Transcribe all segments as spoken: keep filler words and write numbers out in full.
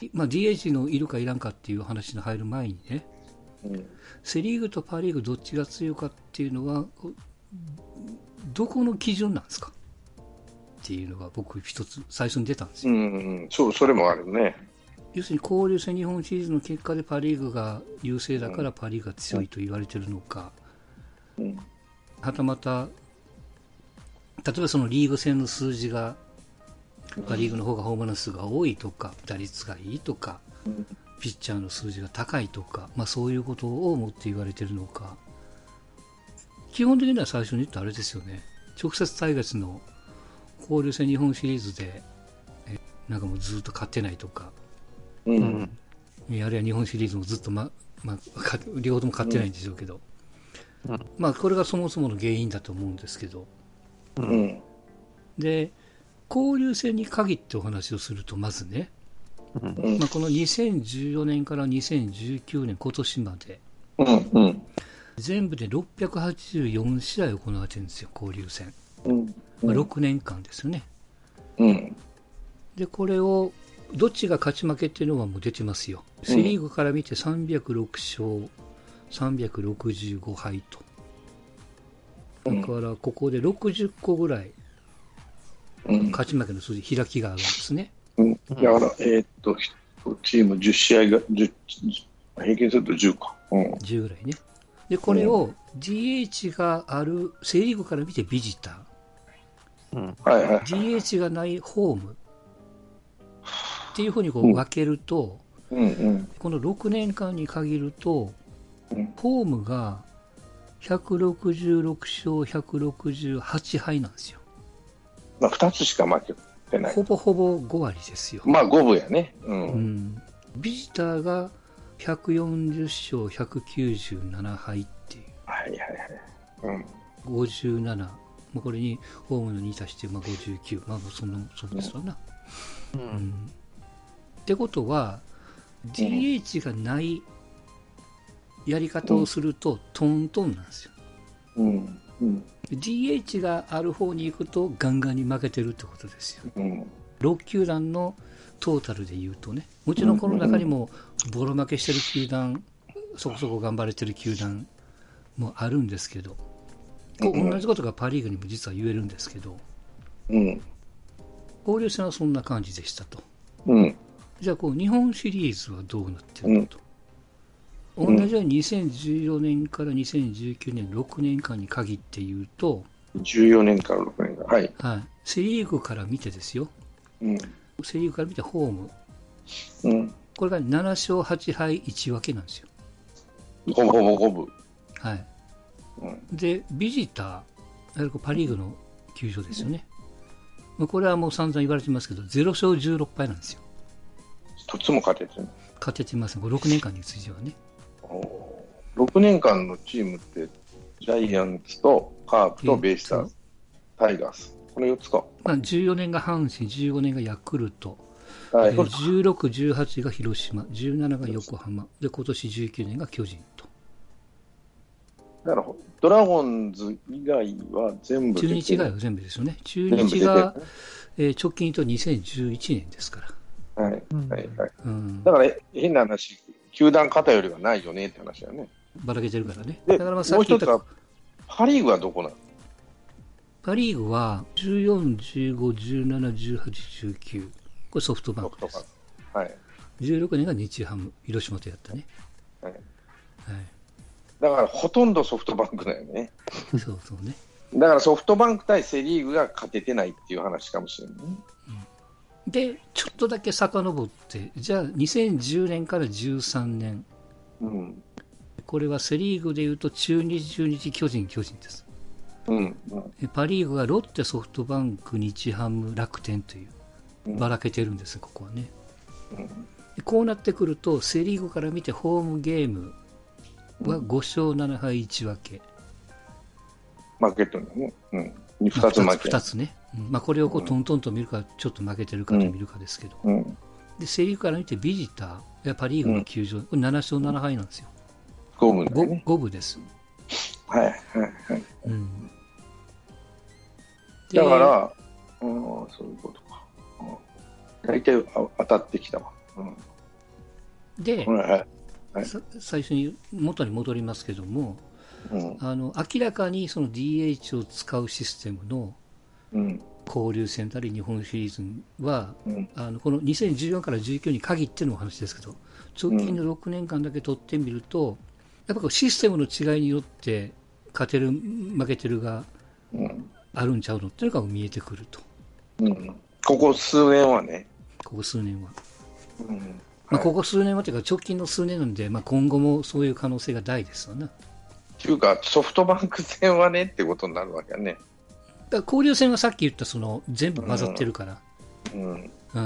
まあ、ディーエイチ のいるかいらんかっていう話に入る前にね、うん、セ・リーグとパ・リーグどっちが強いかっていうのはどこの基準なんですかっていうのが僕一つ最初に出たんですよ。 うんうん、そう、それもあるね。 要するに交流戦日本シリーズの結果でパ・リーグが優勢だからパ・リーグが強いと言われてるのか、うん、はたまた例えばそのリーグ戦の数字がパ・リーグの方がホームラン数が多いとか打率がいいとかピッチャーの数字が高いとか、まあ、そういうことをもって言われてるのか、基本的には最初に言ったあれですよね、直接対決の交流戦日本シリーズでえなんかもうずっと勝ってないとか、うん、あるいは日本シリーズもずっと、ままあ、両方とも勝ってないんでしょうけど、うん、まあこれがそもそもの原因だと思うんですけど、うん、で交流戦に限ってお話をするとまずね、うんまあ、このにせんじゅうよねんからにせんじゅうきゅうねん今年まで、うんうん、全部でろっぴゃくはちじゅうよんしあい行われてるんですよ交流戦、うんうんまあ、ろくねんかんですよね、うん、でこれをどっちが勝ち負けっていうのはもう出てますよ、うん、セ・リーグから見てさんびゃくろくしょうさんびゃくろくじゅうごはいと、だからここでろくじゅっこぐらい勝ち負けの数字開きがあるんですね、 うん、だから、えー、っとチームじゅっしあいがじゅう平均するとじゅうか、うん、 じゅうぐらいね。でこれを ディーエイチ があるセ・リーグから見てビジター、うんはいはいはい、ディーエイチ がないホームっていうふうにこう分けると、うんうんうん、このろくねんかんに限ると、うん、ホームがひゃくろくじゅうろくしょうひゃくろくじゅうはちはいなんですよ。 まあ、ふたつしか負けてない。 ほぼほぼごわりですよ。 まあごぶやね、うんうん、ビジターがひゃくよんじゅっしょうひゃくきゅうじゅうななはいっていう、 はいはいはい、 うん、ごじゅうなな、まあ、これにホームのに足してまあごじゅうきゅう、まあそんなそうですわな、うんうん、ってことは ディーエイチ がないやり方をするとトントンなんですよ、うんうん、ディーエイチ がある方に行くとガンガンに負けてるってことですよ、うん、ろっきゅうだんのトータルでいうとね、もちろんこの中にもボロ負けしてる球団、そこそこ頑張れてる球団もあるんですけど、こう同じことがパ・リーグにも実は言えるんですけど、うん、交流戦はそんな感じでしたと、うん、じゃあこう日本シリーズはどうなってるのと、うん、同じようににせんじゅうよねんからにせんじゅうきゅうねんろくねんかんに限って言うとじゅうよねんからろくねんかん、はい、 はい、セ・リーグから見てですよ、うん、セ・リーグから見てホーム、うん、これがななしょうはちはいいちわけなんですよ。 ほぼほぼ五分、 はい、うん、でビジター、パ・リーグの球場ですよね、うん、これはもう散々言われてますけどゼロしょうじゅうろっぱいなんですよ。 一つも勝ててない、 勝ててません、ろくねんかんについてはね。 ろくねんかんのチームってジャイアンツとカープとベイスターズ、タイガース、このよっつか、 まあ、じゅうよねんが阪神、じゅうごねんがヤクルト、はい、じゅうろく、じゅうはちが広島、じゅうななが横浜で、今年じゅうきゅうねんが巨人と。 なるほど、ドラゴンズ以外は全部、 中日以外は全部ですよね。中日が、えー、直近とにせんじゅういちねんですから、 はいはいはい、うん、だから変な話、球団偏りがないよねって話だよね、 ばらけてるからね。 でだからまあさっき言ったもう一つはパ・リーグはどこなの？ パ・リーグはじゅうよん、じゅうご、じゅうなな、じゅうはち、じゅうきゅう、これソフトバンクです。はい、じゅうろくねんが日ハム、広島とやったね、はいはい、 だからほとんどソフトバンクだよね。 そうそうね。 だからソフトバンク対セ・リーグが勝ててないっていう話かもしれない、ね、 うん、でちょっとだけ遡って、じゃあにせんじゅうねんからじゅうさんねん、うん、これはセ・リーグでいうと中日、中日、巨人、巨人です、うんうん、パ・リーグがロッテ、ソフトバンク、日ハム、楽天というばらけてるんです、ここはね、うん、こうなってくるとセ・リーグから見てホームゲームはごしょうななはいいちわけ、 負けてるね、うん、ふたつ負け、 ふたつね、うん、まあ、これをこうトントンと見るか、ちょっと負けてるかと見るかですけど、うんうん、でセ・リーグから見てビジターやパ・リーグの球場、うん、これななしょうななはいなんですよ。 五分だね、 五分です。 はいはいはい、うん、だから、うん、そういうことか、大体当たってきたわ、うん、 で、 はいはい、 最初に元に戻りますけども、 うん、 あの明らかにその ディーエイチ を使うシステムの交流戦なり日本シリーズは、うん、あのこのにせんじゅうよんからじゅうきゅうに限ってのお話ですけど、直近のろくねんかんだけ取ってみると、やっぱこうシステムの違いによって勝てる負けてるがあるんちゃうのっていうのが見えてくると、 うん、ここ数年はね、 ここ数年は、 うん、はい、 まあ、ここ数年はというか直近の数年なんで、まあ、今後もそういう可能性が大ですよね。 というかソフトバンク戦はねってことになるわけね。 だから交流戦はさっき言ったその全部混ざってるから、 うんうん、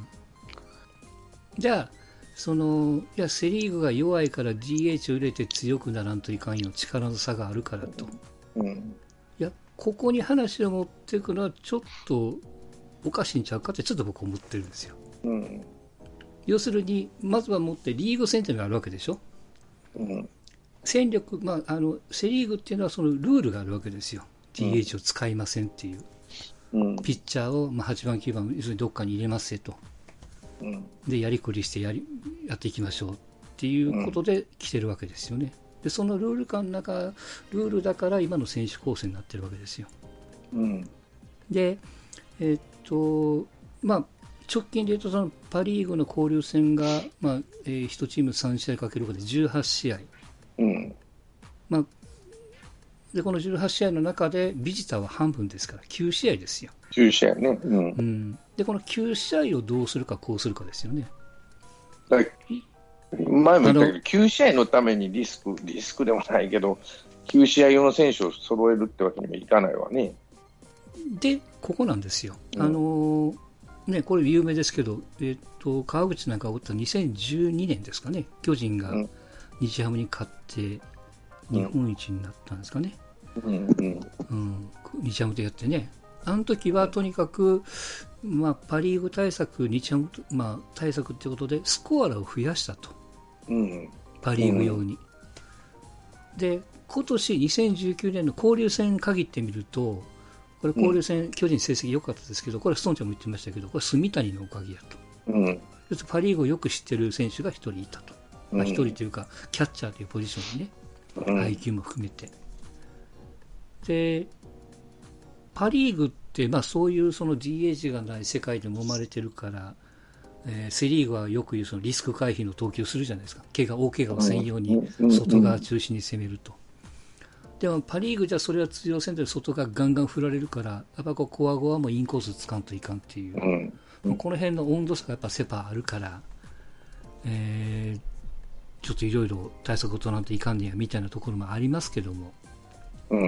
じゃあそのいやセ・リーグが弱いから ディーエイチ を入れて強くならんといかんよ、力の差があるからと、 うん、 いやここに話を持っていくのはちょっとおかしいんちゃうかってちょっと僕思ってるんですよ、うん、要するにまずはもってリーグ戦っていうのがあるわけでしょ、うん、戦力、まあ、あのセ・リーグっていうのはそのルールがあるわけですよ、 ディーエイチ を使いませんっていう、うん、ピッチャーをまあはちばんきゅうばん要するにどっかに入れますよと、うん、でやりくりしてやりやっていきましょうっていうことで来てるわけですよね。でそのルール感の中ルールだから今の選手構成になってるわけですよ、うん、でえー、っとまあ直近でいうとそのパ・リーグの交流戦が、まあえー、いちチームさんしあいかけることでじゅうはちしあい、うんまあ、でこのじゅうはちしあいの中でビジターは半分ですからきゅうしあいですよ。 きゅうしあいね、うんうん、 でこのきゅうしあいをどうするかこうするかですよね。 だ前も言ったけどきゅうしあいのためにリスクリスクでもないけどきゅうしあい用の選手を揃えるってわけにもいかないわね。 でここなんですよ、うん、あのね、これ有名ですけど、えー、と川口なんかがおったにせんじゅうにねんですかね、巨人が日ハムに勝って日本一になったんですかね、うんうんうん、日ハムでやってね、あの時はとにかく、まあ、パ・リーグ対策、日ハム、まあ、対策ということでスコアラーを増やしたと、うん、パ・リーグ用に、うん、で今年にせんじゅうきゅうねんの交流戦限ってみると、これ交流戦、うん、巨人成績良かったですけど、これストーンちゃんも言ってましたけど、これ住谷のおかげやと、うん、パ・リーグをよく知ってる選手がひとりいたと、まあ、ひとりというかキャッチャーというポジションにね、うん、配球も含めて、でパ・リーグって、まあ、そういうその ディーエイチ がない世界で揉まれてるから、えー、セ・リーグはよく言うそのリスク回避の投球するじゃないですか、怪我大怪我を専用に外側中心に攻めると。でもパ・リーグじゃそれは通用せんで外がガンガン振られるから、やっぱこうコアゴアもインコースつかんといかんっていう、うん、この辺の温度差がやっぱセ・パあるから、えー、ちょっといろいろ対策を取らんといかんねやみたいなところもありますけども、うん、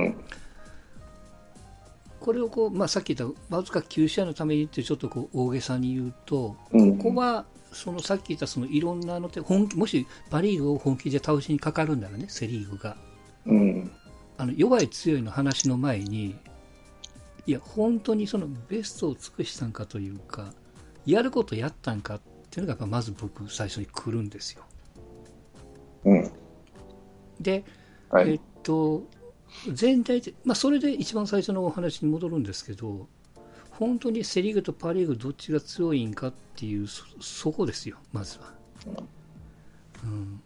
これをこう、まあ、さっき言ったわずかきゅうしあいのためにってちょっとこう大げさに言うと、うん、ここはそのさっき言ったそのいろんなので本気、もしパ・リーグを本気で倒しにかかるんならね、セ・リーグが。うんあの弱い強いの話の前に、いや本当にそのベストを尽くしたんかというか、やることやったんかっていうのがまず僕最初に来るんですよ。うん、で、はい、えっと全体で、まあ、それで一番最初のお話に戻るんですけど、本当にセ・リーグとパ・リーグどっちが強いんかっていう そ, そこですよまずは。うん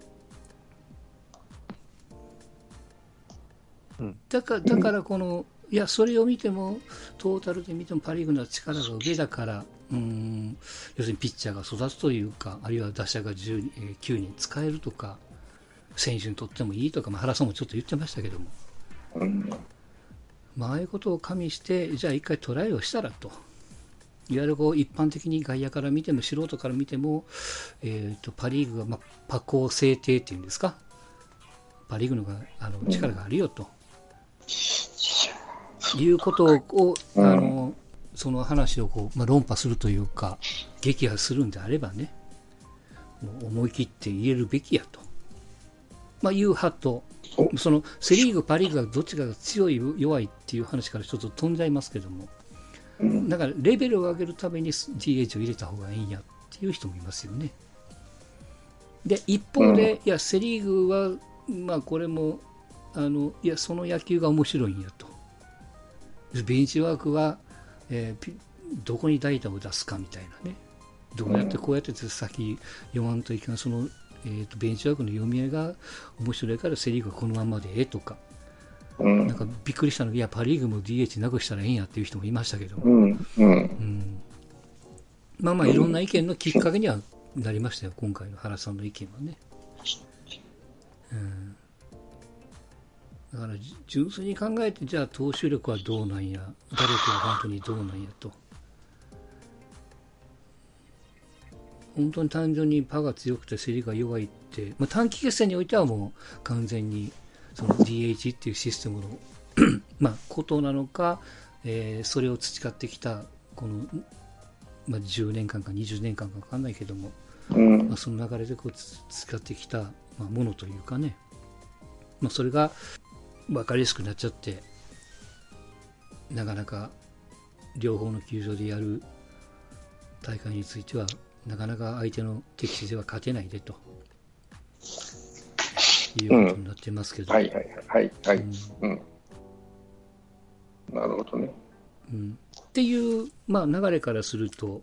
だから、だからこのいやそれを見てもトータルで見てもパ・リーグの力が上だから、うーん要するにピッチャーが育つというか、あるいは打者がじゅう、きゅうにん使えるとか、選手にとってもいいとか、まあ、原さんもちょっと言ってましたけども、うんまあ、ああいうことを加味してじゃあ一回トライをしたらと、いわゆるこう一般的に外野から見ても素人から見ても、えー、とパ・リーグが、まあ、パ高制定っていうんですか、パ・リーグのがあの力があるよと、うんいうことを、あのその話をこう、まあ、論破するというか撃破するんであればね、もう思い切って言えるべきやと、まあ、いう派と、そのセ・リーグパ・リーグがどっちかが強い弱いっていう話からちょっと飛んじゃいますけども、だからレベルを上げるために ディーエイチ を入れた方がいいんやっていう人もいますよね。で一方で、いやセ・リーグはまあこれもあのいやその野球が面白いんやと、ベンチワークは、えー、どこに代打を出すかみたいなね、 どうやってこうやって先読まんといけない、その、えー、とベンチワークの読み合いが面白いからセ・リーグはこのままでええとか、うん、なんかびっくりしたのが、いやパ・リーグも ディーエイチ なくしたらええんやっていう人もいましたけど、うんうんうん、まあまあいろんな意見のきっかけにはなりましたよ、今回の原さんの意見はね。うん、だから純粋に考えて、じゃあ投手力はどうなんや、打力は本当にどうなんやと、本当に単純にパが強くてセリが弱いって、まあ、短期決戦においてはもう完全にその ディーエイチ っていうシステムのまあことなのか、えー、それを培ってきたこの、まあ、じゅうねんかんかにじゅうねんかんか分かんないけども、うんまあ、その流れでこう使ってきた、まあ、ものというかね、まあ、それが分かりやすくなっちゃってなかなか両方の球場でやる大会についてはなかなか相手の敵地では勝てないでということになってますけど、 うん、はいはいはいはい、うんうん、なるほどね、 うん、っていう、まあ、流れからすると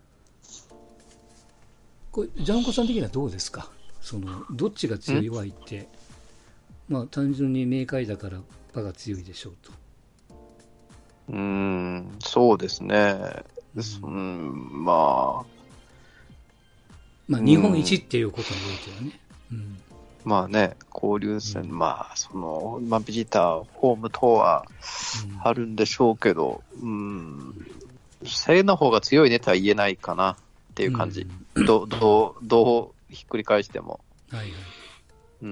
これジャンコさん的にはどうですか、そのどっちが強い弱いって、まあ、単純に明快だからパが強いでしょうと。 うーんそうですね、うん、まあまあ、日本一っていうことにおいてはね、うん、 まあね、交流戦、うん、まあ、その、まあ、ビジター、ホームとはあるんでしょうけど、うん、セイの方が強いねとは言えないかなっていう感じ。うん、ど, ど, うどうひっくり返しても。はいはい。 うん。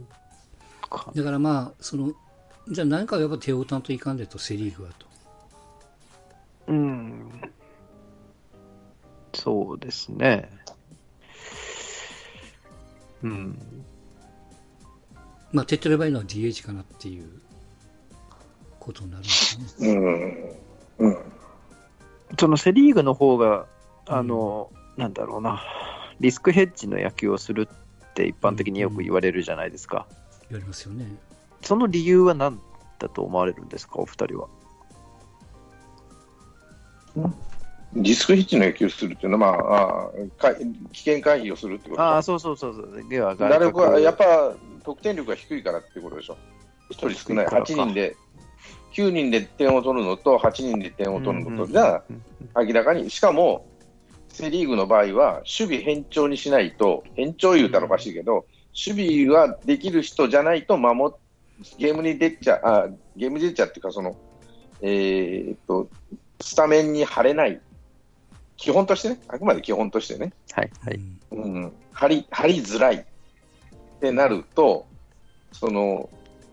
だからまあ、その、じゃあ何かやっぱ手を打たんといかんでと、セリーグはと。 うん。そうですね。うん。 まあ、手っ取り早いのは ディーエイチ かなっていうことになるんですね。 うん。うん。そのセリーグの方が、あの、うん、なんだろうな、リスクヘッジの野球をするって一般的によく言われるじゃないですか。 うんうん、言われますよね。 その理由は何だと思われるんですか、お二人は。 うんリスクヘッジの野球をするっていうのは、まあ、あ危険回避をするってことああ、そうそうそうそう。では、 打力はやっぱ得点力が低いからっていうことでしょ。ひとり少ない、はちにんで、きゅうにんで点を取るのとはちにんで点を取るのとじゃ、明らかに、しかも、セ・リーグの場合は、守備偏重にしないと、偏重言うたらおかしいけど、守備はできる人じゃないと守っ、ゲームに出ちゃ、あゲームに出ちゃっていうか、その、えー、っと、スタメンに張れない。基本としてね、あくまで基本としてね、 はいはいうん、張り、張りづらいってなると、その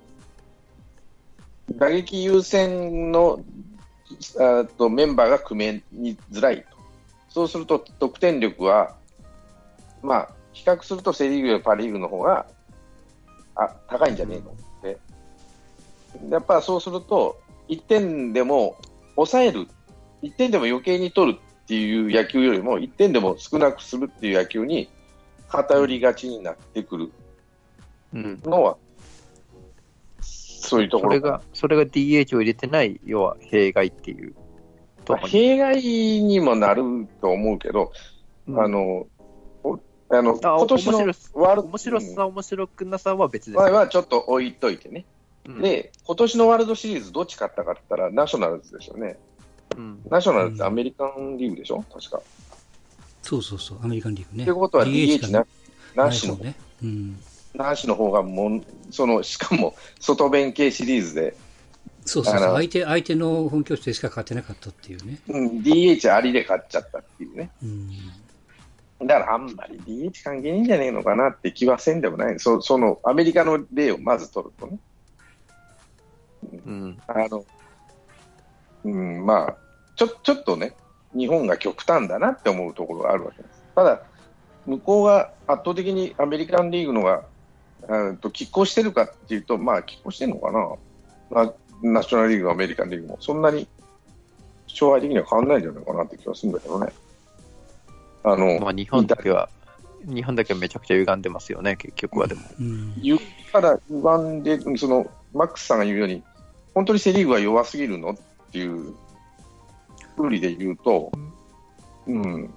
打撃優先のあとメンバーが組めづらいと、そうすると得点力は、まあ、比較するとセ・リーグよりパ・リーグの方があ高いんじゃねえのって、やっぱそうすると、いってんでも抑える、いってんでも余計に取るっていう野球よりもいってんでも少なくするっていう野球に偏りがちになってくるのは、うん、そういうところそれがそれが ディーエイチ を入れてない要は弊害っていうと、まあ、弊害にもなると思うけど、うん、あのあの今年のワールド面白さ面白くなさは別です、 ね、はちょっと置いといてね、うん、で今年のワールドシリーズどっち勝ったかって言ったらナショナルズですよね。うん、ナショナルってアメリカンリーグでしょ、うん、確か。 そうそうそう、アメリカンリーグね。 ということは ディーエイチ な, なしの、 ねうん、 なしの方がもんそのしかも外弁系シリーズで、 そうそうそう相手相手の本拠地でしか勝てなかったっていうね。 うん、ディーエイチ ありで勝っちゃったっていうね。うん、だからあんまり ディーエイチ 関係ないんじゃねえのかなって気はせんでもない。そ, そのアメリカの例をまず取るとね。うん、あの、うん、まあ。ちょ, ちょっとね、日本が極端だなって思うところがあるわけです。ただ、向こうが圧倒的にアメリカンリーグのがと拮抗してるかっていうと、まあ、拮抗してるのかな、まあ、ナショナルリーグ、アメリカンリーグも、そんなに勝敗的には変わらないんじゃないかなって気がするんだけどね。あのまあ、日本だけは、日本だけはめちゃくちゃ歪んでますよね、結局はでも。 うん、言ったら歪んで、そのマックスさんが言うように、本当にセ・リーグは弱すぎるのっていう。で言うと、うん、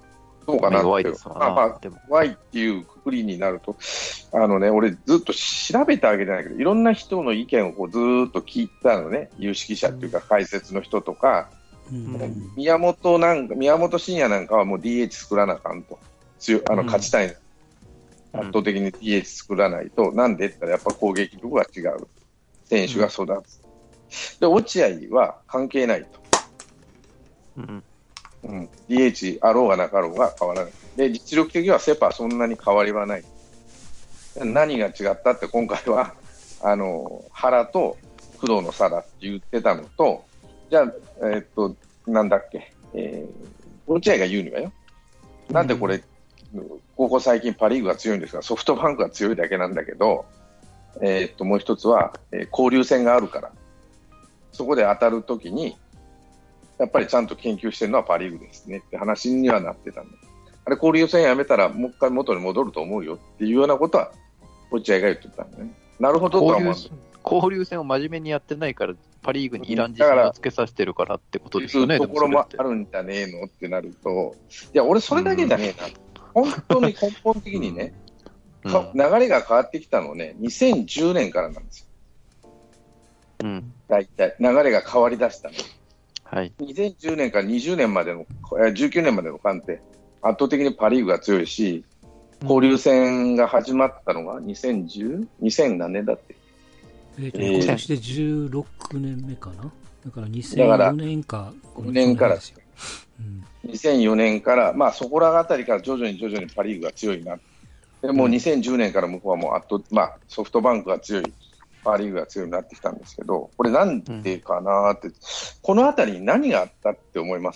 そうかなって。 弱いですわな、 まあまあ、 でも弱いっていうくくりになると、あのね、俺ずっと調べたわけじゃないけど、いろんな人の意見をこうずーっと聞いたのね、有識者っていうか解説の人とか、 うん、 宮本なんか、宮本慎也なんかはもう ディーエイチ 作らなあかんと。強あの勝ちたい、うん、圧倒的に ディーエイチ 作らないと、なんでって言ったらやっぱ攻撃力が違う。選手が育つ。で、落合は関係ないと。 うんうん、ディーエイチ あろうがなかろうが変わらない。で、実力的にはセパはそんなに変わりはない。何が違ったって今回は、あの、原と工藤の差だって言ってたのと、じゃあ、えーっと、なんだっけ、えー、落合が言うにはよ。なんでこれ、うん、ここ最近パリーグが強いんですが、ソフトバンクが強いだけなんだけど、えーっと、もう一つは、えー、交流戦があるから、そこで当たるときに、やっぱりちゃんと研究してるのはパ・リーグですねって話にはなってたんで、あれ、交流戦やめたらもう一回元に戻ると思うよっていうようなことは、落合が言ってたんでね。なるほどとは思うんです。 交流戦を真面目にやってないから、パ・リーグにイラン自信をつけさせてるからってことですよね。 そういうところもあるんじゃねえのってなると、いや、俺、それだけじゃねえな、本当に根本的にね、うん、流れが変わってきたのね、にせんじゅうねんからなんですよ。うん、大体、流れが変わりだしたの。はい、にせんじゅうねんからにじゅうねんまでの、じゅうきゅうねんまでの間って圧倒的にパ・リーグが強いし、交流戦が始まったのがにせんじゅう、にせん何年だって。 えーと、今年でじゅうろくねんめかな。だからにせんよねんかごねんからですよ、うん、にせんよねんから、まあそこらあたりから徐々に徐々にパ・リーグが強いな。でもうにせんじゅうねんから向こうはもうあと、まあ、ソフトバンクが強い、パ・リーグが強いになってきたんですけど、これなんでかなって、うん、このあたりに何があったって思います？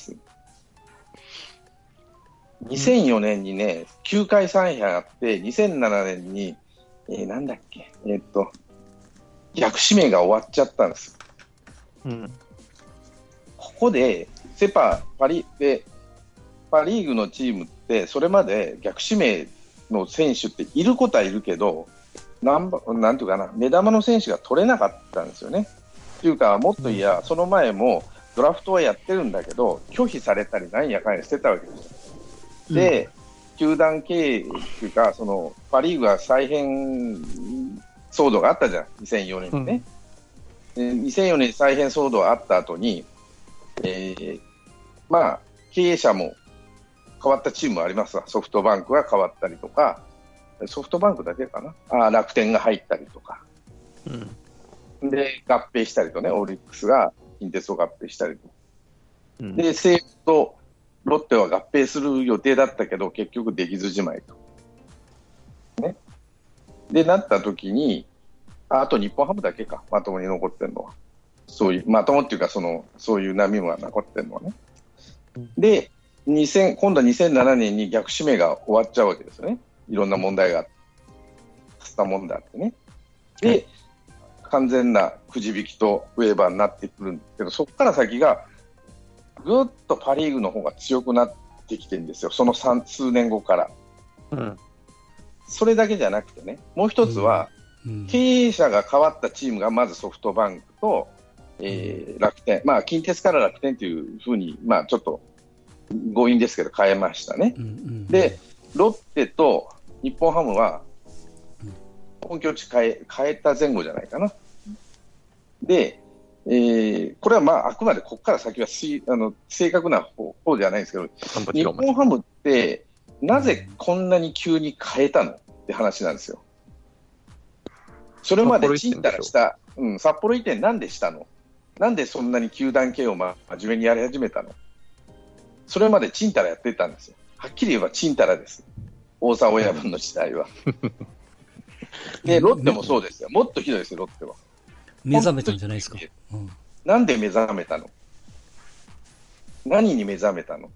にせんよねんにね、きゅうかいさんやあって、にせんななねんに、えー、なんだっけ、えー、っと、逆指名が終わっちゃったんです。うん、ここで、セパ、パリ、で、パリーグのチームって、それまで逆指名の選手っていることはいるけど、なんば、なんていうかな、目玉の選手が取れなかったんですよね。というか、もっといや、その前もドラフトはやってるんだけど、拒否されたり、なんやかんやしてたわけですよ。で、うん、球団経営というか、そのパ・リーグが再編騒動があったじゃん、にせんよねんにね。うん、にせんよねんに再編騒動があった後に、えー、まあ、経営者も変わったチームもありますわ。ソフトバンクが変わったりとか、ソフトバンクだけかな、あ、楽天が入ったりとか、うん、で合併したりとね、オリックスが近鉄を合併したりと、うん、で西武とロッテは合併する予定だったけど結局できずじまいと、ね、でなった時に、あ, あと日本ハムだけか、まともに残ってるのは、そういうまともっていうか、そのそういう波も残ってるのはね、うん、でにせん今度はにせんななねんに逆指名が終わっちゃうわけですよね。いろんな問題があったもんだってね。で、はい、完全なくじ引きとウェーバーになってくるんですけど、そこから先がぐっとパ・リーグの方が強くなってきてるんですよ、その数年後から、うん、それだけじゃなくてね、もう一つは、うんうん、経営者が変わったチームがまずソフトバンクと、えー、楽天、まあ、近鉄から楽天というふうに、まあ、ちょっと強引ですけど変えましたね、うんうんうん、でロッテと日本ハムは本拠地変え、変えた前後じゃないかな。で、えー、これはまああくまでここから先はしあの正確な方法じゃないんですけど、日本ハムってなぜこんなに急に変えたのって話なんですよ。それまでちんたらした、うん、札幌移転なんでしたの？なんでそんなに球団経営を真面目にやり始めたの？それまでちんたらやってたんですよ。はっきり言えばちんたらです。大沢親分の時代は。で、ロッテもそうですよ。もっとひどいですよ、ロッテは。 目覚めたんじゃないですか。 うん、なんで目覚めたの？何に目覚めたの？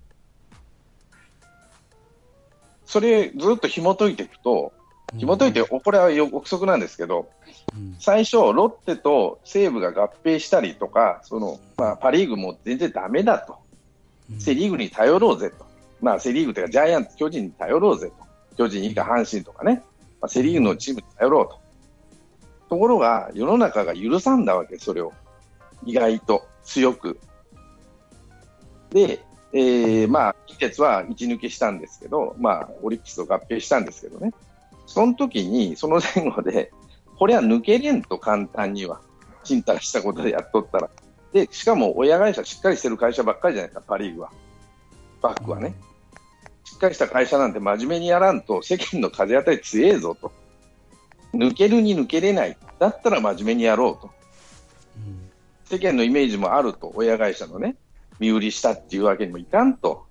それずっと紐解いていくと、紐解いて、これは憶測なんですけど、うん、最初、ロッテと西武が合併したりとか、そのまあ、パ・リーグも全然ダメだと、うん、セ・リーグに頼ろうぜと、まあ、セ・リーグというかジャイアンツ、巨人に頼ろうぜと、巨人以下阪神とかね、まあ、セ・リーグのチームに頼ろうと。ところが世の中が許さんだわけ、それを意外と強く。で、 えー、まあ、近鉄は一抜けしたんですけど、まあ、オリックスと合併したんですけどね。その時に、その前後で、これは抜けれんと簡単には、ちんたらしたことでやっとったら。で、しかも親会社しっかりしてる会社ばっかりじゃないですか、パ・リーグは。バックはね。しっかりした会社なんて真面目にやらんと、世間の風当たり強えぞと。抜けるに抜けれない。だったら真面目にやろうと。世間のイメージもあると、親会社のね。身売りしたっていうわけにもいかんと、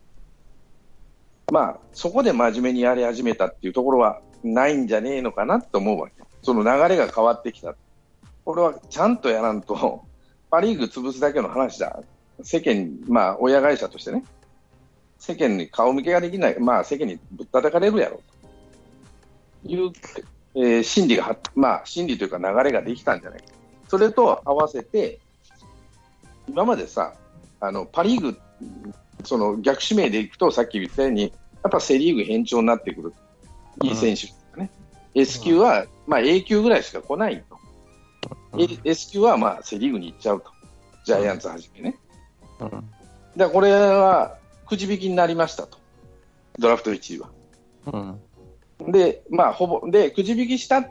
まあ、そこで真面目にやり始めたっていうところはないんじゃねえのかなと思うわけ。その流れが変わってきた。これはちゃんとやらんと、パ・リーグ潰すだけの話だ。世間、まあ、親会社としてね、世間に顔向けができない、まあ、世間にぶったたかれるやろうという、えー、心理が、まあ、心理というか流れができたんじゃないか。それと合わせて、今までさ、あのパ・リーグ、その逆指名でいくと、さっき言ったように、やっぱセ・リーグ偏重になってくる、いい選手ですね、うん、S 級は、まあ、A 級ぐらいしか来ないと、うん、S 級はまあセ・リーグに行っちゃうと、ジャイアンツはじめね、うん、だからこれはくじ引きになりましたと、ドラフトいちいは。うん、で、まあ、ほぼでくじ引きしたって、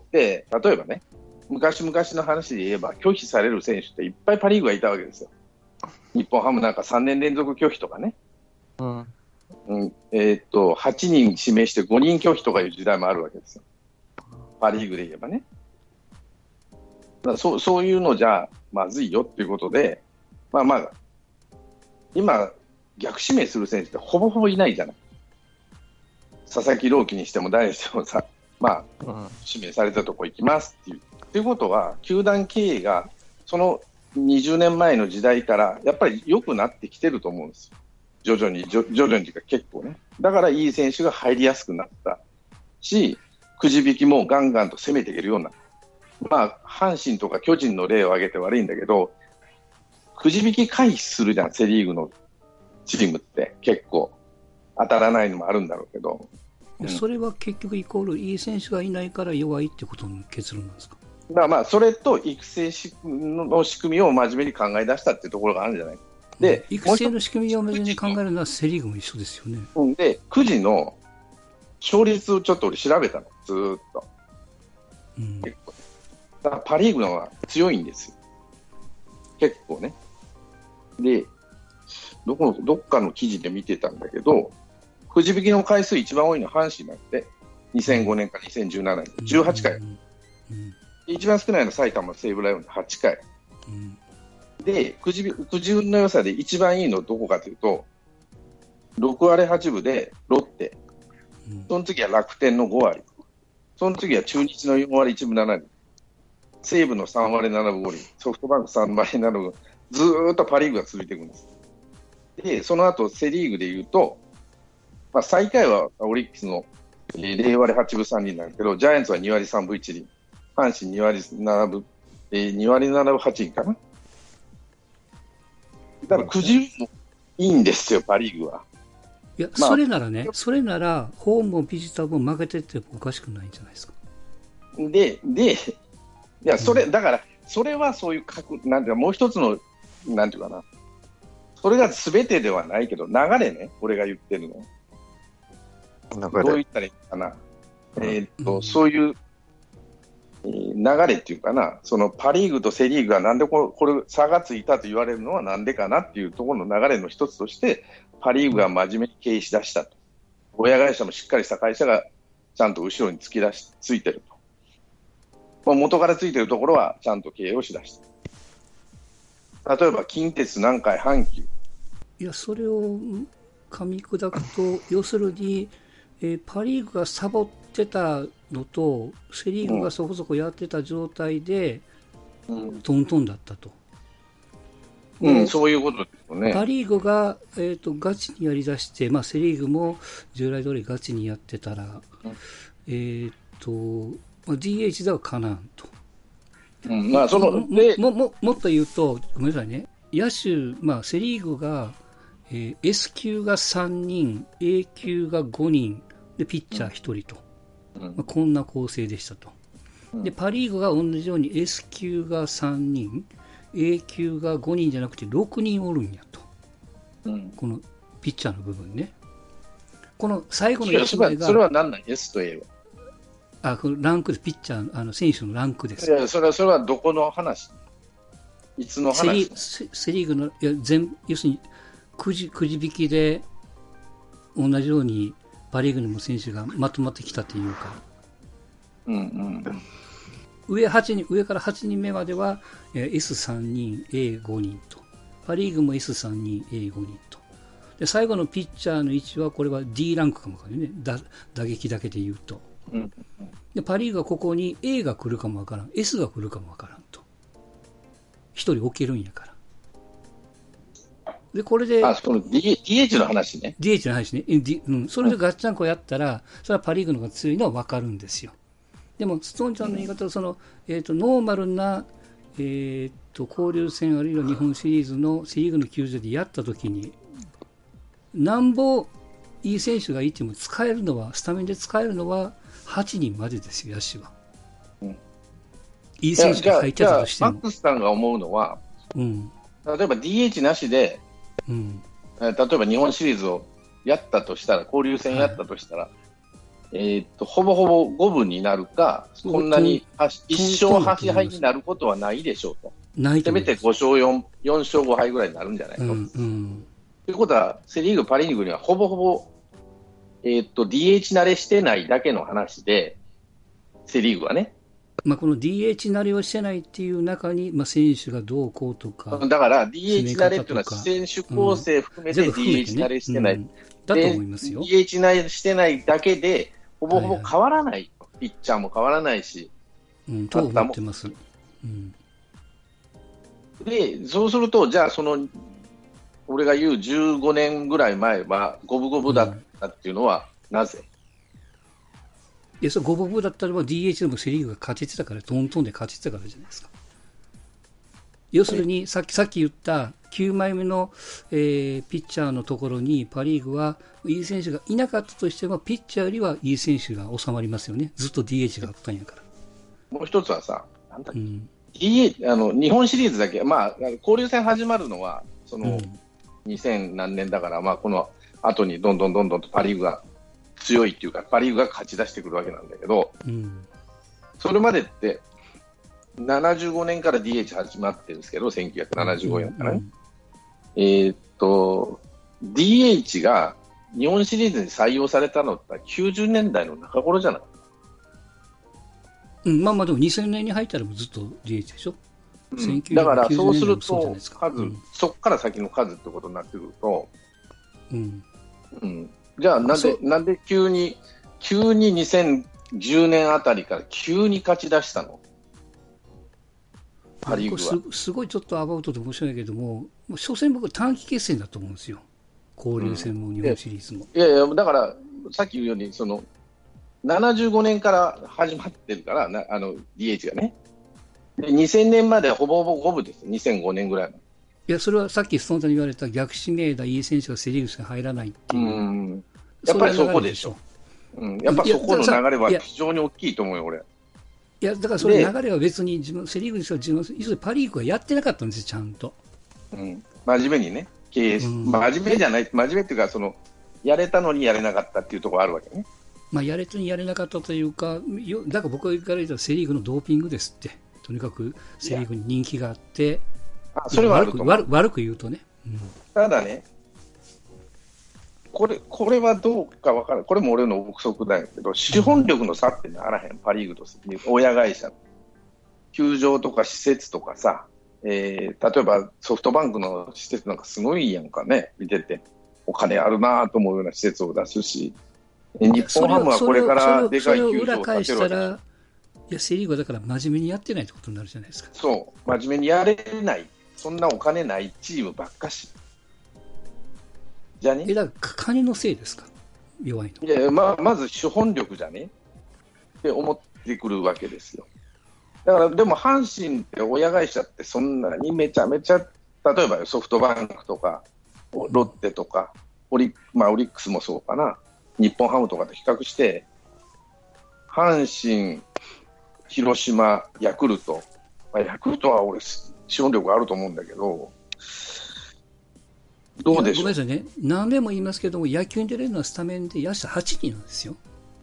例えばね、昔々の話で言えば、拒否される選手っていっぱいパ・リーグがいたわけですよ。日本ハムなんかさんねん連続拒否とかね、うんうんえー、っとはちにん指名してごにん拒否とかいう時代もあるわけですよ、パ・リーグで言えばね。だからそ う, そういうのじゃまずいよっていうことで、まあまあ、今、逆指名する選手ってほぼほぼいないじゃない。佐々木朗希にしても誰にしてもさ、まあ、うん、指名されたとこ行きますっていう。ということは、球団経営がそのにじゅうねんまえの時代からやっぱり良くなってきてると思うんですよ。徐々に、徐々にというか結構ね。だからいい選手が入りやすくなったし、くじ引きもガンガンと攻めていけるような。まあ、阪神とか巨人の例を挙げて悪いんだけど、くじ引き回避するじゃん、セ・リーグのチームって結構。当たらないのもあるんだろうけど。 うん、それは結局イコールいい選手がいないから弱いってことの結論なんですか？ だからまあそれと育成の仕組みを真面目に考え出したっていうところがあるんじゃないで、 育成の仕組みを真面目に考えるのはセ・リーグも一緒ですよね。 で、くじの勝率をちょっと俺調べたの、ずーっと、うん、結構だからパ・リーグの方が強いんですよ、結構ね。で、どこどっかの記事で見てたんだけど、くじ引きの回数一番多いのは阪神なんで、にせんごねんかにせんじゅうななねんじゅうはちかい、うんうんうん、一番少ないのは埼玉西武ライオンではちかい、うん、でくじ、くじ運の良さで一番いいのはどこかというとろくわりはちぶでロッテ、うん、その次は楽天のごわり、その次は中日のよんわりいちぶななり、西武のさんわりななぶごり、ソフトバンクさんわりななぶ、ずーっとパ・リーグが続いていくんです。でその後セ・リーグでいうと、まあ、最下位はオリックスのゼロわりはちぶさんりんなんだけど、ジャイアンツはにわりさんぶいちりん、阪神にわりななぶ、えー、にわりななぶはちりんかな。だからくじもいいんですよ、パ・リーグは。 いや、まあ、それならね、それならホームもビジターも負けててもおかしくないんじゃないですか。 で、で、いや、それ、うん、だから、それはそういう格、なんていうか、もう一つの、なんていうかな、それが全てではないけど、流れね、俺が言ってるの。どう言ったらいいかな、うん、えーっと、うん、そういう、えー、流れっていうかな、そのパ・リーグとセ・リーグがなんでこれ、これ差がついたと言われるのはなんでかなっていうところの流れの一つとして、パ・リーグが真面目に経営しだしたと。親会社もしっかりした会社がちゃんと後ろに突き出し、ついてると。元からついてるところはちゃんと経営をしだした。例えば近鉄、南海、阪急。 いや、それを噛み砕くと、要するに、えー、パ・リーグがサボってたのとセ・リーグがそこそこやってた状態で、うん、トントンだったと、 うんうん、そういうことですよね。 パ・リーグが、えーと、ガチにやりだして、まあ、セ・リーグも従来通りガチにやってたら、うん、えーと ディーエイチ ではかなんと、 うんまあ、そので も, も, もっと言うとごめんなさいね、野手、まあ、セ・リーグが、えー、S 級がさんにん A 級がごにんでピッチャーひとりと、うんまあ、こんな構成でしたと。でパ・リーグが同じように S 級がさんにん A 級がごにんじゃなくてろくにんおるんやと、うん、このピッチャーの部分ね。この最後のいちまいが、 それは何なん ?S と A は。 あ、このランクです。ピッチャー、あの選手のランクです。 いや、それは、それはどこの話いつの話セリ、セセリーグの、いや、全、要するに、くじ、くじ引きで、同じようにパ・リーグにも選手がまとまってきたというか、 うんうん、 上はちにん、上からはちにんめまでは エスさんにん、エーごにんと、パ・リーグも エスさんにん、エーごにんと、で最後のピッチャーの位置は、これは D ランクかもわかんないね、打打撃だけで言うと、 うんで、パ・リーグはここに A が来るかもわからん、S が来るかもわからんと、ひとり置けるんやから。で、これで、 あ、その ディーエイチ の話ね。 ディーエイチ の話ね。D うん、それでガッチャンコやったら、それはパ・リーグの方が強いのは分かるんですよ。でも、ストーンちゃんの言い方は、その、えっと、ノーマルな、えっと、交流戦あるいは日本シリーズのセ・リーグの球場でやったときに、なんぼいい選手がいても使えるのは、スタメンで使えるのははちにんまでですよ、野手は。うん、いい選手が入ってたとしても。 マックスさんが思うのは、うん、例えば ディーエイチ なしで、うん、例えば日本シリーズをやったとしたら、交流戦やったとしたら、はい、えー、っとほぼほぼ五分になるか、こんなに一勝はち敗になることはないでしょうと、ないとせめてご勝 4, 4勝ご敗ぐらいになるんじゃないかと。うんうん、ということは、セ・リーグ、パ・リーグにはほぼほぼ、えー、っと ディーエイチ 慣れしてないだけの話で、セ・リーグはね。 まあ、この ディーエイチ 慣れをしてないっていう中に、まあ、選手がどうこうとか、 だから ディーエイチ 慣れっていうのは選手構成含めて ディーエイチ 慣れしてない、うん、 だと思いますよ。 ディーエイチ 慣れしてないだけでほぼほぼ変わらない、はいはい、ピッチャーも変わらないし、 うん、と思ってます、うん、 でそうすると、じゃあその俺が言うじゅうごねんぐらい前は五分五分だったっていうのはなぜ？ いや、それ五分五分だったらば ディーエイチ でもセ・リーグが勝ててたから、トントンで勝ててたからじゃないですか。要するにさっきさっき言ったきゅうまいめの、えー、ピッチャーのところにパ・リーグはいい選手がいなかったとしても、ピッチャーよりはいい選手が収まりますよね。ずっと ディーエイチ があったんやから。 もう一つはさ、なんだっけ、うん、ディーエイチ あの日本シリーズだけ、まあ、交流戦始まるのはその、うん、にせん何年だから、まあ、この後にどんどんどんどんとパ・リーグが強いっていうか、パ・リーグが勝ち出してくるわけなんだけど、うん、それまでってななじゅうごねんから ディーエイチ 始まってるんですけど、せんきゅうひゃくななじゅうごねんからね、うん、えー、っと ディーエイチ が日本シリーズに採用されたのってきゅうじゅうねんだいの中頃じゃない？ うん、まあまあでもにせんねんに入ったらもうずっと ディーエイチ でしょ、 うん、だからそうすると数、うん、そこから先の数ってことになってくると、うんうん、じゃあなんで、なんで急に急ににせんじゅうねんあたりから急に勝ち出したの？パ・リーグはす, すごいちょっとアバウトで面白いけども、初戦僕短期決戦だと思うんですよ、交流戦も日本シリーズも、 うん、いやいやだからさっき言うようにそのななじゅうごねんから始まってるからな、あの ディーエイチ がね、でにせんねんまでほぼほぼ五分です、にせんごねんぐらいの。いや、それはさっきストーンさんに言われた逆指名だいい選手がセ・リーグしか入らないっていう、うん、 やっぱりそこでしょ、うん、やっぱそこの流れは非常に大きいと思うよ、俺。 いや、だからそれ流れは別に自分セ・リーグにしろ自分、要するにパ・リーグはやってなかったんですよ、ちゃんと。 うん、真面目にね、経営し、うん、真面目じゃない、真面目っていうか、そのやれたのにやれなかったっていうところあるわけね。 まあ、やれたにやれなかったというか、だから僕から言ったらセ・リーグのドーピングですって、とにかくセ・リーグに人気があって、 あそれはあると思う。 悪く、悪く言うとね、うん、 ただね、これ、これはどうか分からない、これも俺の憶測だけど、資本力の差ってならへん、パ・リーグと親会社、球場とか施設とかさ、えー、例えばソフトバンクの施設なんかすごいやんかね、見てて、お金あるなと思うような施設を出すし、日本ハムはこれからでかい球場を建てるわけですよ。 いや、セ・リーグはだから真面目にやってないってことになるじゃないですか。 そう、真面目にやれない、そんなお金ないチームばっかし。じゃね、 えだから金のせいですか、弱いの。 いや、まあ、まず資本力じゃねって思ってくるわけですよ。だからでも阪神って親会社ってそんなにめちゃめちゃ、例えばソフトバンクとかロッテとかオリ、まあ、オリックスもそうかな、日本ハムとかと比較して阪神、広島、ヤクルト、まあ、ヤクルトは俺資本力あると思うんだけど、 どうでしょう。 ごめんなさいね。何でも言いますけども、野球に出れるのはスタメンで野手はちにんなんですよ。 うん。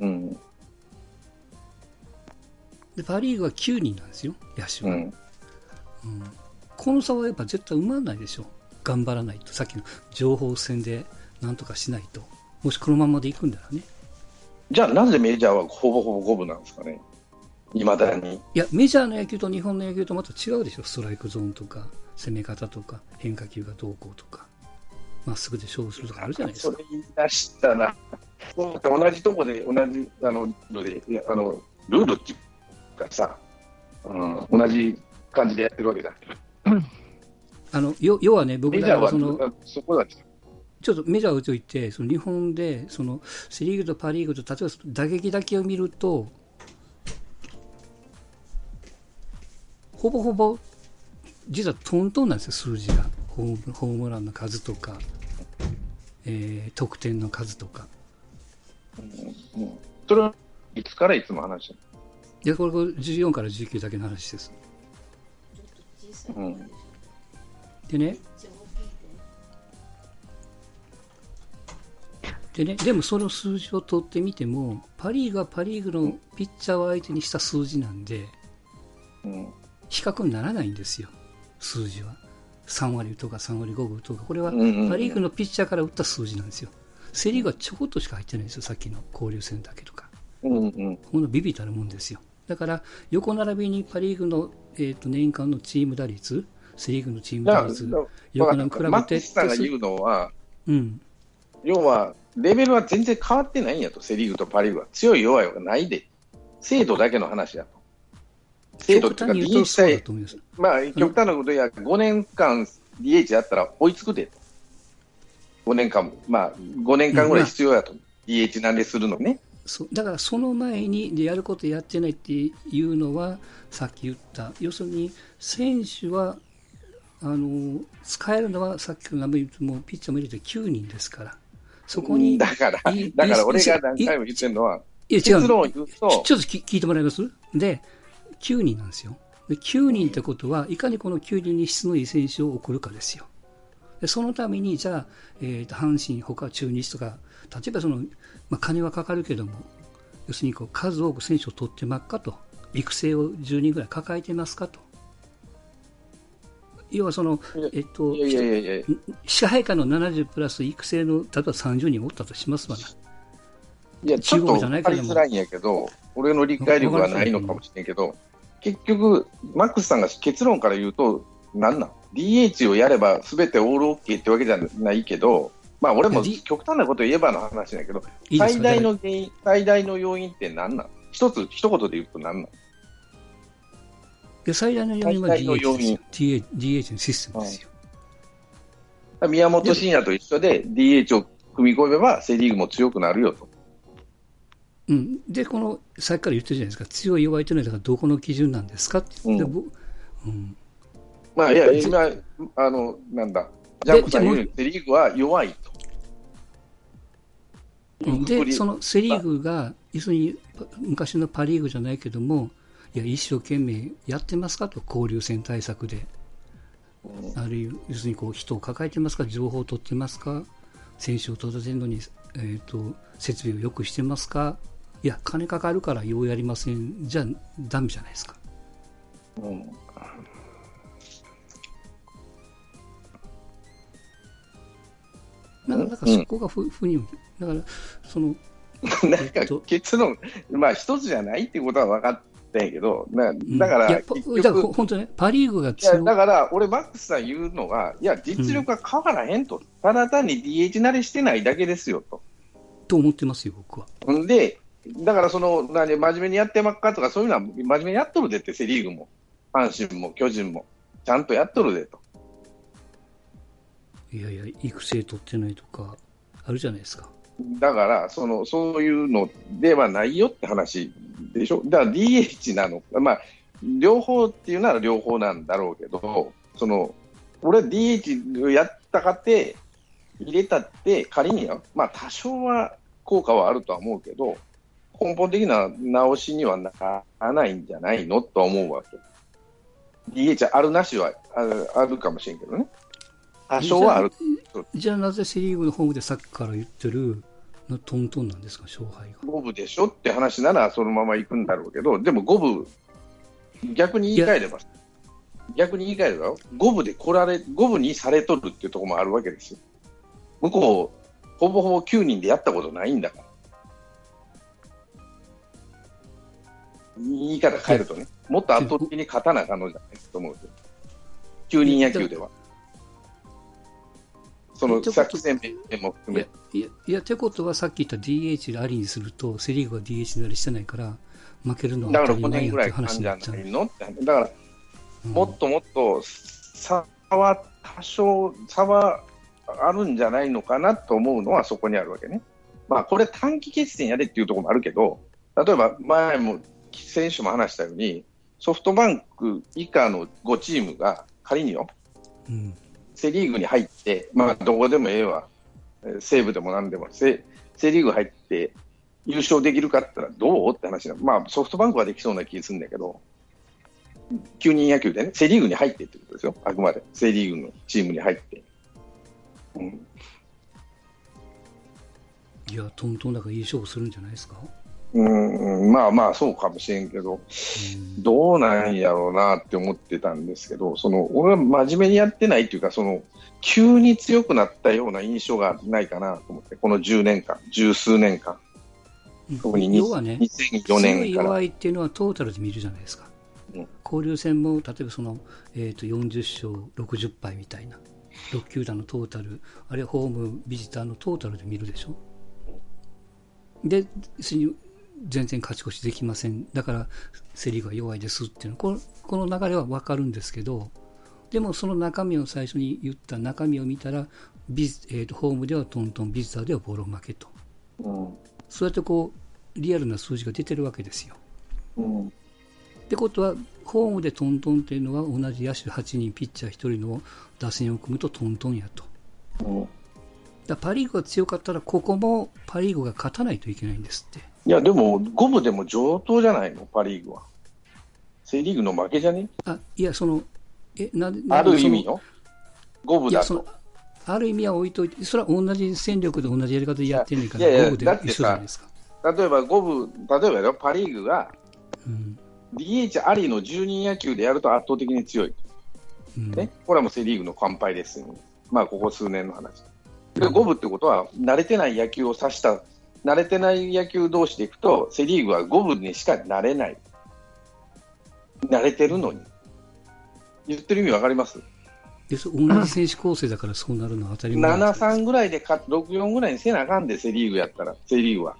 で、パ・リーグはきゅうにんなんですよ、野手は。 うん。うん、 この差はやっぱ絶対埋まらないでしょ。頑張らないと。さっきの情報戦でなんとかしないと。もしこのままでいくんだらね。 じゃあなぜメジャーはほぼほぼ五分なんですかね。いまだに。 いや、メジャーの野球と日本の野球とまた違うでしょ。ストライクゾーンとか、攻め方とか、変化球がどうこうとか、まっすぐで勝負するとかあるじゃないですか。 それ言い出したら、同じとこで、同じあののでいやあのルールっていうかさ、うん、同じ感じでやってるわけだ。 あの要要はね、僕らはそのそこだちょっとメジャーを置いといて、その日本でそのセ・リーグとパ・リーグと、例えば打撃だけを見ると、ほぼほぼ実はトントンなんですよ、数字が。ホーム、ホームランの数とか、えー、得点の数とか。 うんうん、それはいつからいつも話してる？ いや、これじゅうよんからじゅうきゅうだけの話です。 うん、 でね、でね、でもその数字を取ってみても、パ・リーグはパ・リーグのピッチャーを相手にした数字なんで、 うん、 比較にならないんですよ、数字は。さんわりとかさんわりごぶとか、これはパ・リーグのピッチャーから打った数字なんですよ。セ・リーグはちょこっとしか入ってないんですよ、さっきの交流戦だけとか。 うんうん、 このビビたるもんですよ。だから横並びにパ・リーグの、えー、と年間のチーム打率、セ・リーグのチーム打率、横並び比べて、 マックスさんが言うのは、 うん、 要はレベルは全然変わってないんやと、セ・リーグとパ・リーグは。強い弱いはないで、精度だけの話やと。精度っていうか、ディーエイチ さえ、まあ、極端なことや、ごねんかん ディーエイチ やったら追いつくでと。ごねんかん、まあ、ごねんかんぐらい必要やと。ディーエイチ なんでするのね。 そうだからその前にやることやってないっていうのは、さっき言った、要するに選手はあの使えるのは、さっきのピッチャーも入れてきゅうにんですから、そこにだから、だから俺が何回も言ってるのは、 いや違う、ちょっと聞いてもらいます。で、きゅうにんなんですよ。できゅうにんってことは、いかにこのきゅうにんに質のいい選手を送るかですよ。でそのために、じゃあ、えー、と阪神、他中日とか、例えばその、まあ、金はかかるけども、要するにこう数多く選手を取ってますかと、育成をじゅうにんぐらい抱えてますかと。要はその、えっと、支配下のななじゅうプラス育成の、例えばさんじゅうにんおったとしますわな。 いや、ちょっと分かりづらいんやけど、俺の理解力はないのかもしれんけど、結局、マックスさんが結論から言うと、なんなん ディーエイチ をやれば全てオールオッケーってわけじゃないけど、まあ俺も極端なこと言えばの話だけど、最大の原因、最大の要因って何なん？一つ、一言で言うと何なん？ で最大の要因は ディーエイチ ですよ。ディーエイチ のシステムですよ。 うん、宮本慎也と一緒で ディーエイチ を組み込めばセ・リーグも強くなるよと。 うん、で、このさっきから言ってるじゃないですか、強い弱いというのはどこの基準なんですかって、うんうん、 まあいや、今、あの、なんだ、ジャンプさん言うようにセ・リーグは弱いと。 で、そのセ・リーグが、要するに昔のパ・リーグじゃないけども、いや一生懸命やってますかと、交流戦対策で、うん、あるいは要するにこう人を抱えてますか、情報を取ってますか、選手を育てるのに、えーと、設備をよくしてますか、いや、金かかるからようやりません、じゃあ、ダメじゃないですか。うん、なんかそこがふ、うん、ふにだからそのなんか結論、まあ一つじゃないってことは分かってんけど、なだから、うん、いやだから本当ね、パ・リーグが強い。いやだから俺、マックスさん言うのが、いや、実力は変わらへんと、うん、ただ単に ディーエイチ 慣れしてないだけですよと。 と思ってますよ、僕は。 で、だからその、何、真面目にやってますかとか、そういうのは真面目にやっとるでって、セ・リーグも、阪神も巨人も、ちゃんとやっとるでと。 いやいや、育成取ってないとか、あるじゃないですか。 だからその、そういうのではないよって話でしょ。だから ディーエイチ なのか、まあ、両方っていうなら両方なんだろうけど、その俺、ディーエイチ をやったかって、入れたって、仮には、まあ、多少は効果はあるとは思うけど、根本的な直しにはならないんじゃないのと思うわけ。ディーエイチ あるなしはある、あるかもしれんけどね。 多少はある。 じゃあなぜセリーグのホームでさっきから言ってるのトントンなんですか、勝敗が。 五分でしょって話ならそのまま行くんだろうけど、でも五分、逆に言い換えれば、逆に言い換えれば、五分で来られ、五分にされとるっていうところもあるわけですよ。向こう、ほぼほぼきゅうにんでやったことないんだから。言い方変えるとね、もっと圧倒的に勝たなあかんのじゃないと思うけど、きゅうにん野球では。その作戦面も含め。 いや、いや、ってことはさっき言った ディーエイチ でありにすると、セ・リーグが ディーエイチ なりしてないから、負けるのは当たり前やって話になっちゃう。 だからごねんぐらいかんじゃないのって。だから、うん、もっともっと差は多少、差はあるんじゃないのかなと思うのはそこにあるわけね。まあ、これ短期決戦やれっていうところもあるけど、例えば前も選手も話したように、ソフトバンク以下のごチームが仮によ、うん、セ・リーグに入って、まあ、どこでもええわ、西武でもなんでも、セ・セリーグ入って優勝できるかって言ったらどうって話なの。まあ、ソフトバンクはできそうな気がするんだけど、きゅうにん野球でね、セ・リーグに入ってってことですよ、あくまで、セ・リーグのチームに入って。うん、 いや、トントンだからいい勝負するんじゃないですか。 うん、まあまあそうかもしれんけど、うん、どうなんやろうなって思ってたんですけど、その俺は真面目にやってないっていうか、その急に強くなったような印象がないかなと思って、このじゅうねんかん、十数年間、特に要はね、 にせんよねんから。強い弱いっていうのはトータルで見るじゃないですか。うん、交流戦も例えばその、えー、とよんじゅっしょうろくじゅっぱいみたいなろく球団のトータル、あるいはホームビジターのトータルで見るでしょ。で全然勝ち越しできません、だからセ・リーグが弱いですっていうの、この、この流れは分かるんですけど、でもその中身を最初に言った中身を見たらビ、えー、とホームではトントン、ビジターではボロ負けと、うん、そうやってこうリアルな数字が出てるわけですよ。うん、ってことはホームでトントンっていうのは同じ野手はちにんピッチャーひとりの打線を組むとトントンやと、うん、だパ・リーグが強かったらここもパ・リーグが勝たないといけないんですって。 いやでも五分でも上等じゃないの、パ・リーグは。セ・リーグの負けじゃね。 あ、いやそのえなある意味よ、五分だと。 ある意味は置いといて、それは同じ戦力で同じやり方でやってんねんから、五分で一緒じゃないですか。 例えば五分、例えばよ、パ・リーグが、うん、ディーエイチ ありのじゅうにん野球でやると圧倒的に強い、うんね、これはもうセ・リーグの完敗ですよ、ね、まあここ数年の話で、五分ってことは慣れてない野球を指した、慣れてない野球同士でいくとセ・リーグは五分にしかなれない、慣れてるのに。言ってる意味わかります？ で同じ選手構成だからそうなるのは当たり前。 ななさんぐらいでろくよんぐらいにせなあかんで、セ・リーグやったら、セ・リーグは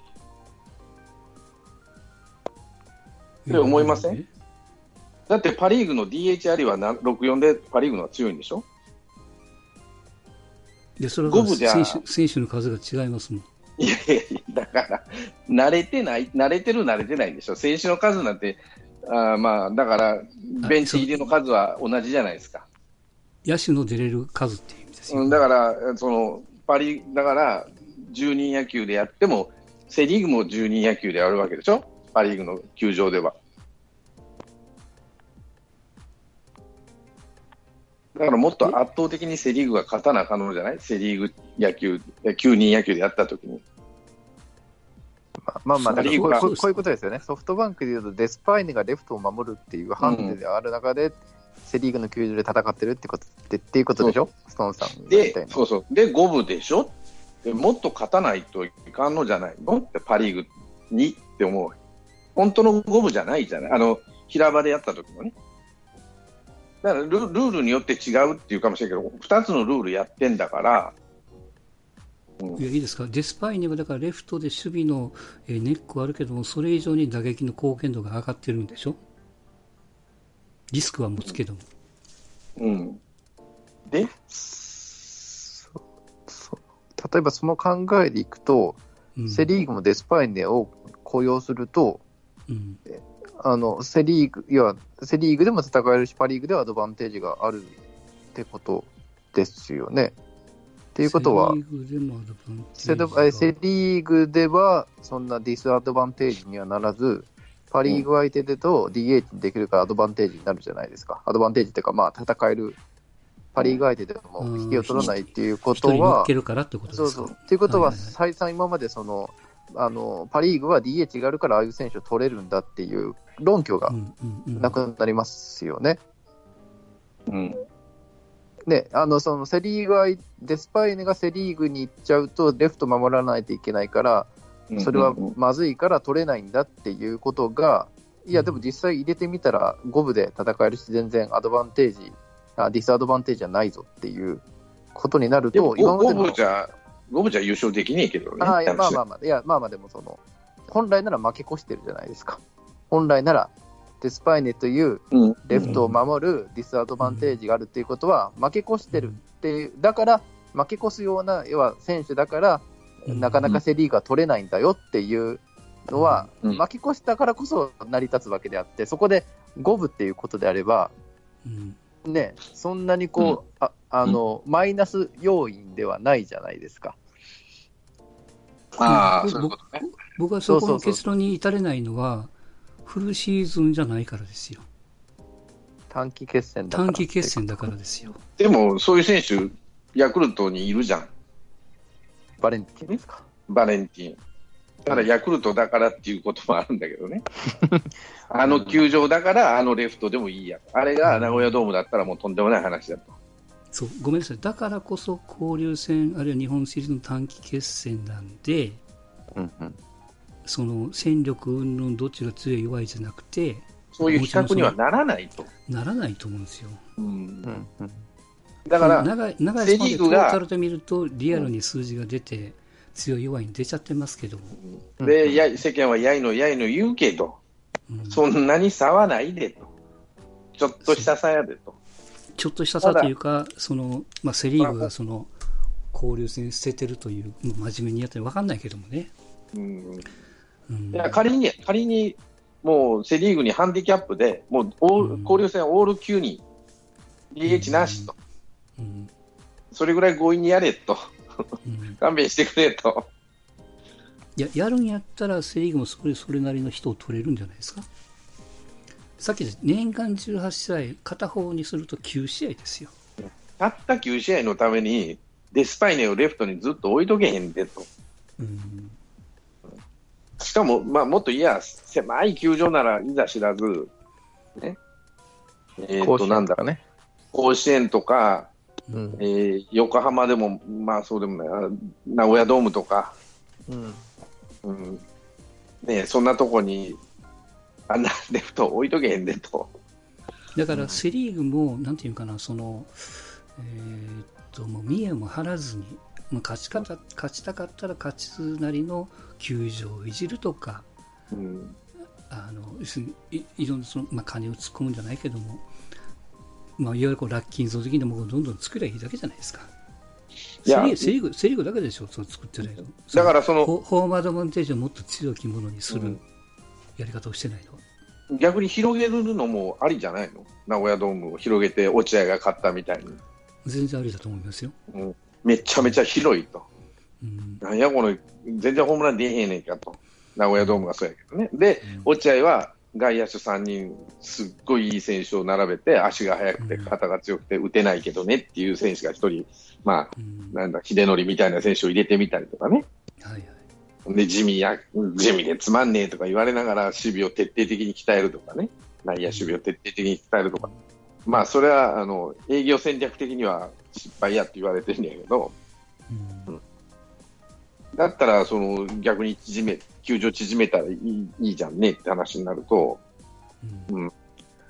って思いません？だってパ・リーグの ディーエイチ ありはろくよんでパ・リーグのは強いんでしょ。 でそれは選手、選手の数が違いますもん。 いやいやいや、だから慣れてない、慣れてる慣れてないんでしょ。選手の数なんて、あまあだからベンチ入りの数は同じじゃないですか。 野手の出れる数っていう意味ですよ、ね。 だからそのパリだからじゅうにん野球でやってもセ・リーグもじゅうにん野球でやるわけでしょ、パ・リーグの球場では。だからもっと圧倒的にセ・リーグが勝たな可能じゃない？セ・リーグ野球、きゅうにん野球でやったときに。 まあまあ、だからこう、こう、こういうことですよね。ソフトバンクでいうとデスパイネがレフトを守るっていうハンデである中で、うん、セ・リーグの球場で戦ってるってことでっていうことでしょ、ストーンさんで。そうそう。で、五分でしょ。でもっと勝たないといかんのじゃないのってパ・リーグにって思う。本当の五分じゃないじゃない。あの平場でやった時もね。だからル、ルールによって違うっていうかもしれないけど、ふたつのルールやってんだから。 うん、いやいいですか、デスパイネはだからレフトで守備のネックはあるけども、それ以上に打撃の貢献度が上がってるんでしょ。リスクは持つけども。 うん。で、 そそ例えばその考えでいくと、うん、セ・リーグもデスパイネを雇用すると、うん、あのセ・リーグ、いや、セ・リーグでも戦えるし、パ・リーグではアドバンテージがあるってことですよね。っていうことは、セ・リーグではそんなディスアドバンテージにはならず、パ・リーグ相手でと ディーエイチ にできるからアドバンテージになるじゃないですか。アドバンテージっていうか、まあ戦える、 パ・リーグ相手でも引きを取らないっていうこと一人乗は、 っけるからってことですか。 そうそう。っていうことは、 はいはいはい再三今までその、あの、パ・リーグは ディーエイチ があるからああいう選手を取れるんだっていう論拠がうんうんうんなくなりますよね。 うん。 ね、あの、そのセ・リーグは、デスパイネがセ・リーグに行っちゃうと、レフト守らないといけないから、それはまずいから取れないんだっていうことが、いや、でも実際入れてみたら、五分で戦えるし、全然アドバンテージ、あディスアドバンテージじゃないぞっていうことになると、 今までの五分じゃ、五分じゃ優勝できねえけどね。 あいやまあまあまあ、いや、まあまあでもその、本来なら負け越してるじゃないですか。本来なら、デスパイネというレフトを守るディスアドバンテージがあるっていうことは、負け越してるっていう、だから、負け越すような、要は選手だから、なかなかセ・リーグが取れないんだよっていうのは、 うん負け越したからこそ成り立つわけであって、そこで五分っていうことであれば、 うんね、そんなにこう、ああの、マイナス要因ではないじゃないですか。 ああ、 僕そういうことね。 僕はそこの結論に至れないのは、フルシーズンじゃないからですよ。 短期決戦だから。 短期決戦だからですよ。 でも、そういう選手、ヤクルトにいるじゃん。 バレンティンですか。 バレンティン。ただ、ヤクルトだからっていうこともあるんだけどね。あの球場だから、あのレフトでもいいや。あれが名古屋ドームだったらもうとんでもない話だと。 そう、ごめんなさい。だからこそ交流戦、あるいは日本シリーズの短期決戦なんで、 うんうん、 その戦力云々どっちが強い弱いじゃなくて、 そういう比較にはならないと。 ならないと思うんですよ。 うんうんうん、 だから、 長い長いスパンでトータルで見ると、リアルに数字が出て、強い弱いに出ちゃってますけども。 で、や世間はやいのやいの言うけど、うん、そんなに差はないでと。ちょっとした差やでと。 ちょっとした差というか、そのまあ、セ・リーグがその交流戦捨ててるという、真面目にやってる分かんないけどもね。 うんうん、いや仮に、仮にもうセ・リーグにハンディキャップで、もうオール、うん、交流戦オールきゅうに ディーエイチ なしと、うんうん、それぐらい強引にやれと、うん、勘弁してくれと。 いや、やるんやったらセ・リーグもそれ、それなりの人を取れるんじゃないですか。さっきで年間じゅうはち試合、片方にするときゅう試合ですよ。 たったきゅう試合のために、デスパイネをレフトにずっと置いとけへんでと。うん、しかも、まあ、もっといや、狭い球場ならいざ知らず、ね、えー、っと、なんだろうね、甲子園とか、うんえー、横浜でも、まあそうでもない、名古屋ドームとか、うんうんね、そんなとこに、あんなレフト置いとけへんでと。 だからセ・リーグも、なんていうかな、その、えー、っと、もう見栄も張らずに、まあ、勝ち方、勝ちたかったら勝ちなりの球場をいじるとか、うん、あの要するに い, いろんなその、まあ、金を突っ込むんじゃないけども、まあ、いわゆるこうラッキーゾーン的にもどんどん作りゃいいだけじゃないですか。セ・リーグ、セ・リーグだけでしょ、そう作ってないの。 だからそのホームアドバンテージをもっと強きものにするやり方をしてないの。 うん、逆に広げるのもありじゃないの。名古屋ドームを広げて落合が勝ったみたいに。 全然ありだと思いますよ。 うん、めちゃめちゃ広いと。うん、なんやこの全然ホームラン出へんねんかと。名古屋ドームがそうやけどね。で、うん、落合は外野手さんにんすっごいいい選手を並べて、足が速くて肩が強くて打てないけどねっていう選手がひとり、まあ、うん、なんだ秀則みたいな選手を入れてみたりとかね。はいはい、で地味や地味でつまんねえとか言われながら守備を徹底的に鍛えるとかね。内野守備を徹底的に鍛えるとか。うん、まあそれはあの営業戦略的には失敗やって言われてるんだけど。うんうんだったらその逆に縮め球場縮めたらいい、いいじゃんねって話になると、うんうん、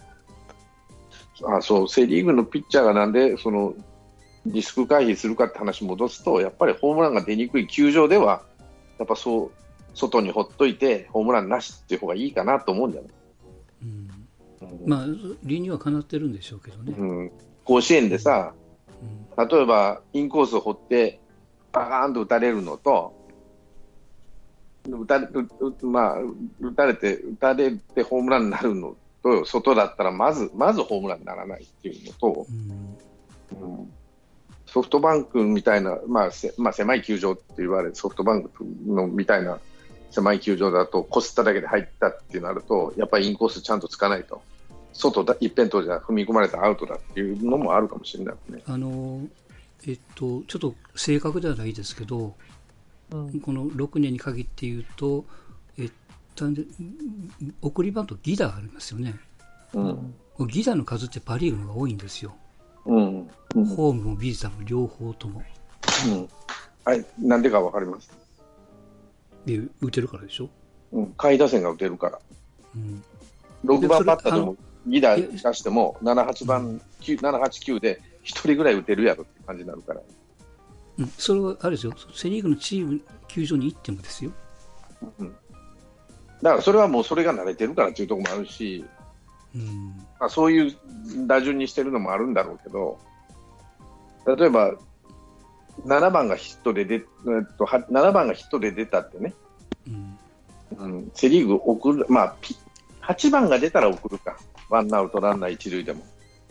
あそうセ・リーグのピッチャーがなんでそのリスク回避するかって話を戻すとやっぱりホームランが出にくい球場ではやっぱそう外にほっといてホームランなしっていう方がいいかなと思うんじゃない、 うんうん、まあ理にはかなってるんでしょうけどね、 うん、甲子園でさ、うん、例えばインコースを掘ってバーンと打たれるのと打たれ、まあ、打たれて打たれてホームランになるのと外だったらまずまずホームランにならないっていうのと、うんうん、ソフトバンクみたいな、まあせまあ、狭い球場って言われるソフトバンクのみたいな狭い球場だとこすっただけで入ったってなるとやっぱりインコースちゃんとつかないと外だ、一辺倒じゃ踏み込まれたアウトだっていうのもあるかもしれないね。 あの、えっと、ちょっと正確ではないですけど、うん、このろくねんに限って言うと、えっと、送りバント、犠打ありますよね。うん、犠打の数ってパ・リーグの方が多いんですよ。うんうん、ホームもビジターも両方とも。 うん、はい、なんでかわかります。 で、打てるからでしょ。 うん、下位打線が打てるから。うん、ろくばんバッターでも犠打出してもなな、はちばん、なな、はち、きゅうでひとりぐらい打てるやろって感じになるから。 うん、それはあれですよ、セ・リーグのチーム、球場に行ってもですよ。 うん、だからそれはもうそれが慣れてるからっていうところもあるし、うんまあ、そういう打順にしてるのもあるんだろうけど、例えばななばんがヒットで出、えっと、ななばんがヒットで出たってね、うんうん、セ・リーグ送る、まあ、はちばんが出たら送るか、ワンアウトランナー一塁でも、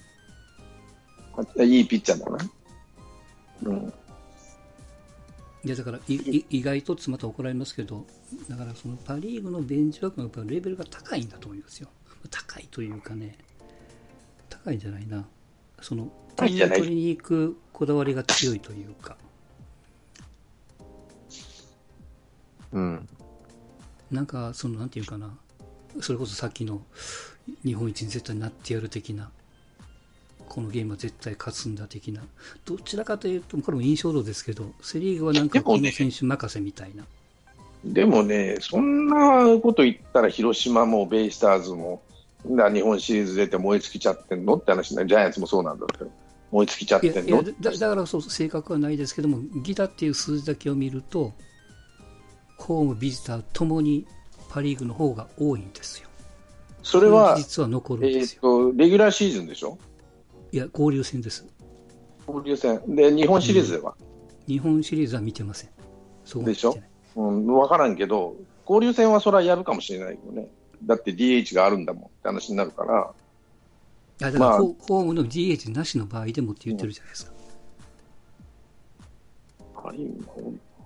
いいピッチャーだな。うんいやだからいい意外とまた怒られますけど、だからそのパ・リーグのベンチワークのレベルが高いんだと思いますよ。高いというかね、高いんじゃないな、その点を取りに行くこだわりが強いというか、うん、なんかそのなんていうかな、それこそさっきの日本一に絶対なってやる的な、このゲームは絶対勝つんだ的な、どちらかというとこれも印象度ですけど、セ・リーグはなんかこの選手任せみたいな。 でもね、そんなこと言ったら広島もベイスターズも日本シリーズ出て燃え尽きちゃってんのって話ね。ジャイアンツもそうなんだけど、燃え尽きちゃってんの。いやいやだ, だからそう正確はないですけども、犠打っていう数字だけを見るとホームビジターともにパ・リーグの方が多いんですよ。 それは実は残るんですよ、 えーとレギュラーシーズンでしょ。 いや交流戦です。 交流戦で日本シリーズでは、 うん、日本シリーズは見てません。そうでしょ、うん、分からんけど交流戦はそれはやるかもしれないよね。だって ディーエイチ があるんだもんって話になるから。 あだから、まあ、ホームの ディーエイチ なしの場合でもって言ってるじゃないですか。 うん、